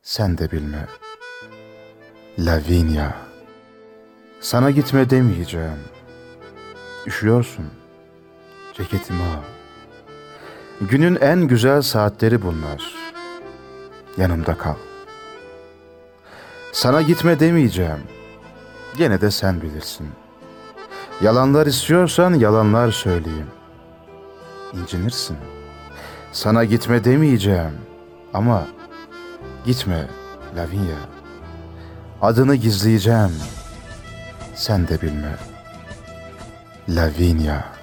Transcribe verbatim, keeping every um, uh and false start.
sen de bilme. Lavinia. Sana gitme demeyeceğim. Üşüyorsun. Ceketimi al. Günün en güzel saatleri bunlar. Yanımda kal. Sana gitme demeyeceğim. Gene de sen bilirsin. Yalanlar istiyorsan yalanlar söyleyeyim. İncinirsin. Sana gitme demeyeceğim. Ama gitme Lavinia. Adını gizleyeceğim. Sen de bilme. Lavinia.